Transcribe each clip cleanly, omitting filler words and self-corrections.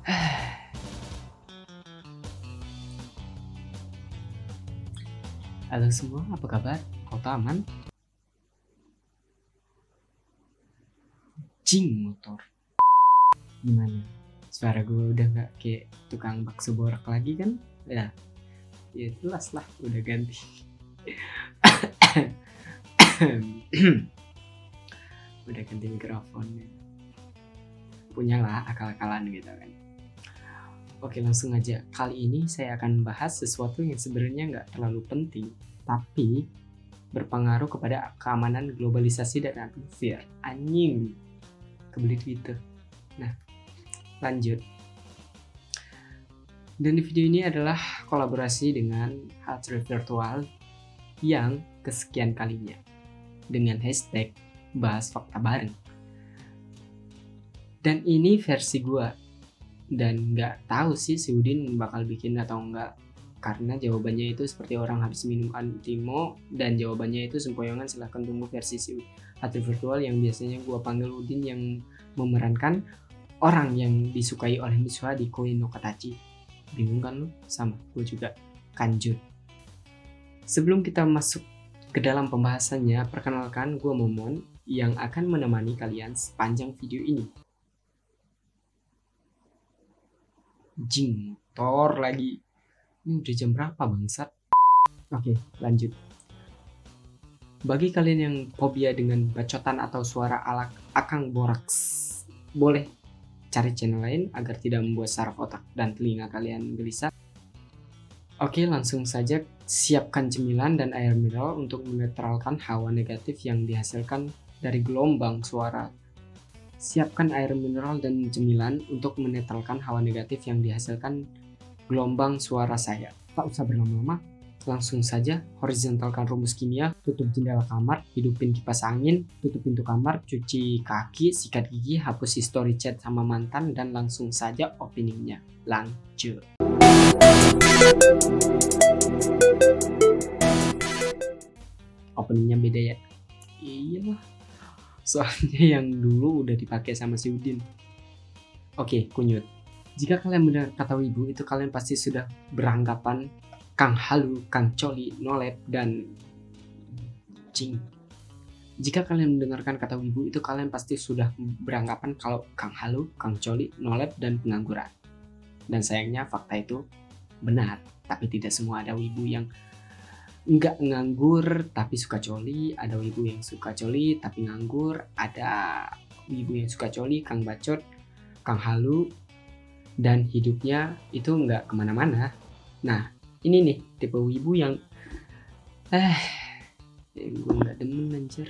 Halo semua, apa kabar? Kau aman? Jing motor. Gimana? Suara gue udah gak kayak tukang bakso borak lagi kan? Ya jelas lah, udah ganti. Udah ganti mikrofonnya. Punyalah akal-akalan gitu kan. Oke, langsung aja. Kali ini saya akan bahas sesuatu yang sebenarnya nggak terlalu penting, tapi berpengaruh kepada keamanan globalisasi dan atmosfer. Anjing, kebelit Twitter. Nah, lanjut. Dan di video ini adalah kolaborasi dengan Hatred Virtual yang kesekian kalinya dengan hashtag bahas fakta bareng. Dan ini versi gua. Dan nggak tahu sih si Udin bakal bikin atau enggak, karena jawabannya itu seperti orang habis minum antimo, dan jawabannya itu sempoyongan. Silahkan tunggu versi si Hatred Virtual yang biasanya gua panggil Udin, yang memerankan orang yang disukai oleh Mitsuha di Koi no Katachi. Bingung kan lu? Sama, gue juga. Kanjut. Sebelum kita masuk ke dalam pembahasannya, perkenalkan gue Momon yang akan menemani kalian sepanjang video ini. Jing motor lagi. Ini udah jam berapa bangsat? Oke, lanjut. Bagi kalian yang fobia dengan bacotan atau suara ala Akang Boraks, boleh cari channel lain agar tidak membuat saraf otak dan telinga kalian gelisah. Oke, langsung saja. Siapkan cemilan dan air mineral untuk menetralkan hawa negatif yang dihasilkan dari gelombang suara. Siapkan air mineral dan cemilan untuk menetralkan hawa negatif yang dihasilkan gelombang suara saya. Tak usah berlama-lama, langsung saja horizontalkan rumus kimia, tutup jendela kamar, hidupin kipas angin, tutup pintu kamar, cuci kaki, sikat gigi, hapus history chat sama mantan, dan langsung saja openingnya. Lanjut. Openingnya beda ya? Iya lah. Soalnya yang dulu udah dipakai sama si Udin. Oke, kunyut. Jika kalian mendengar kata wibu, itu kalian pasti sudah beranggapan Kang Halu, Kang Coli, Nolep, dan Cing. Jika kalian mendengarkan kata wibu, itu kalian pasti sudah beranggapan kalau Kang Halu, Kang Coli, Nolep, dan pengangguran. Dan sayangnya fakta itu benar, tapi tidak semua ada wibu yang nggak nganggur tapi suka coli, ada wibu yang suka coli tapi nganggur, ada wibu yang suka coli, Kang Bacot, Kang Halu, dan hidupnya itu nggak kemana-mana. Nah, ini nih tipe wibu yang gue nggak demen anjir.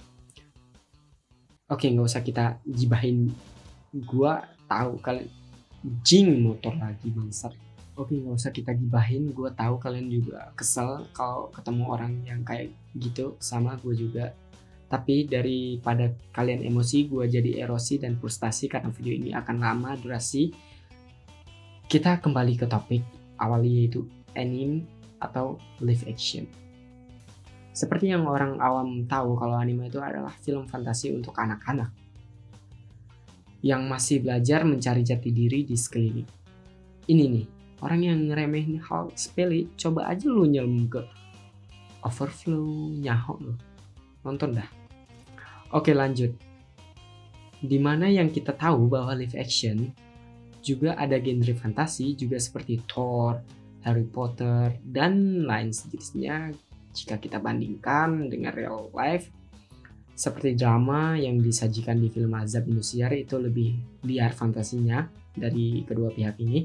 Oke, nggak usah kita gibahin, gua tahu kalian. Jing motor lagi bangsat. Oke, nggak usah kita gibahin, gue tahu kalian juga kesel kalau ketemu orang yang kayak gitu, sama gue juga. Tapi daripada kalian emosi, gue jadi erosi dan frustasi karena video ini akan lama durasi. Kita kembali ke topik awal, yaitu anime atau live action. Seperti yang orang awam tahu kalau anime itu adalah film fantasi untuk anak-anak yang masih belajar mencari jati diri di sekeliling. Ini nih, orang yang ngeremehin hal sepele, coba aja lu nyelam ke Overflow, nyaho lu. Nonton dah. Oke, lanjut. Dimana yang kita tahu bahwa live action juga ada genre fantasi, juga seperti Thor, Harry Potter, dan lain sejenisnya. Jika kita bandingkan dengan real life, seperti drama yang disajikan di film Azab Indosiar, itu lebih liar fantasinya dari kedua pihak ini.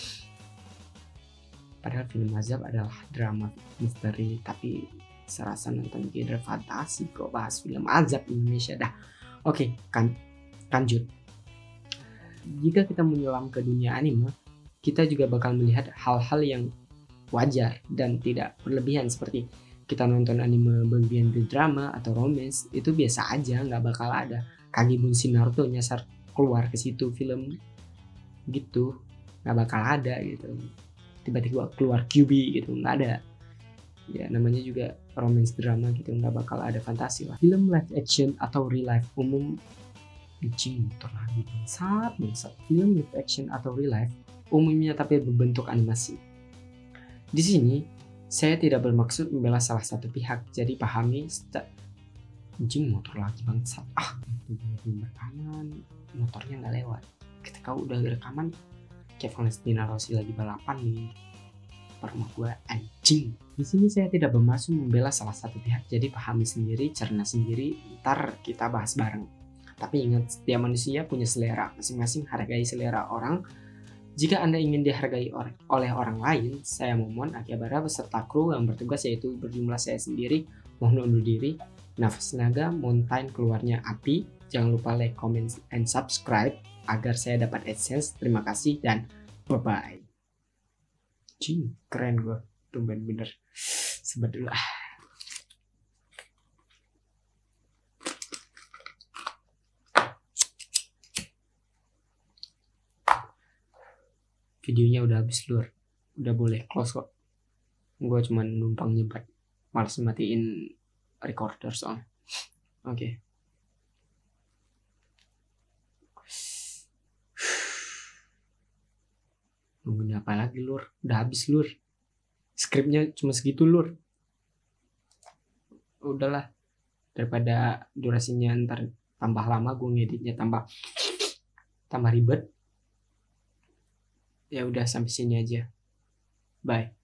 Padahal film Azab adalah drama misteri, tapi serasa nonton genre fantasi kok bahas film Azab Indonesia dah. Oke, lanjut. Jika kita menyelam ke dunia anime, kita juga bakal melihat hal-hal yang wajar dan tidak berlebihan, seperti kita nonton anime bagian drama atau romance, itu biasa aja, nggak bakal ada Kage Bunshin Naruto nyasar keluar ke situ film gitu, nggak bakal ada gitu. Tiba-tiba keluar QB gitu, nggak ada. Ya namanya juga romance drama gitu, nggak bakal ada fantasi lah. Film live action atau real life umum Anjing motor lagi bangsat. Film live action atau real life umumnya tapi berbentuk animasi. Di sini saya tidak bermaksud membela salah satu pihak, jadi pahami anjing motor lagi bangsat. Belum rekaman, motornya nggak lewat. Ketika udah rekaman, kayak Valentino Rossi lagi balapan nih rumah gue, anjing. Di sini saya tidak bermaksud membela salah satu pihak, jadi pahami sendiri, cerna sendiri, ntar kita bahas bareng. Tapi ingat, setiap manusia punya selera, masing-masing hargai selera orang. Jika Anda ingin dihargai oleh orang lain, saya mohon Akihabara beserta kru yang bertugas yaitu berjumlah saya sendiri, mohon undur diri. Nafas naga, mountain keluarnya api. Jangan lupa like, comment, and subscribe agar saya dapat AdSense. Terima kasih dan bye-bye. Cing, keren gue, tumben bener. Sebat dulu Videonya udah habis lur, udah boleh close kok. Gue cuman numpang nyebat, malas matiin recorder soalnya. Oke. Nungguin apa lagi lur, udah habis lur, skripnya cuma segitu lur. Udahlah, daripada durasinya ntar tambah lama, gue ngeditnya tambah ribet. Ya udah sampai sini aja, bye.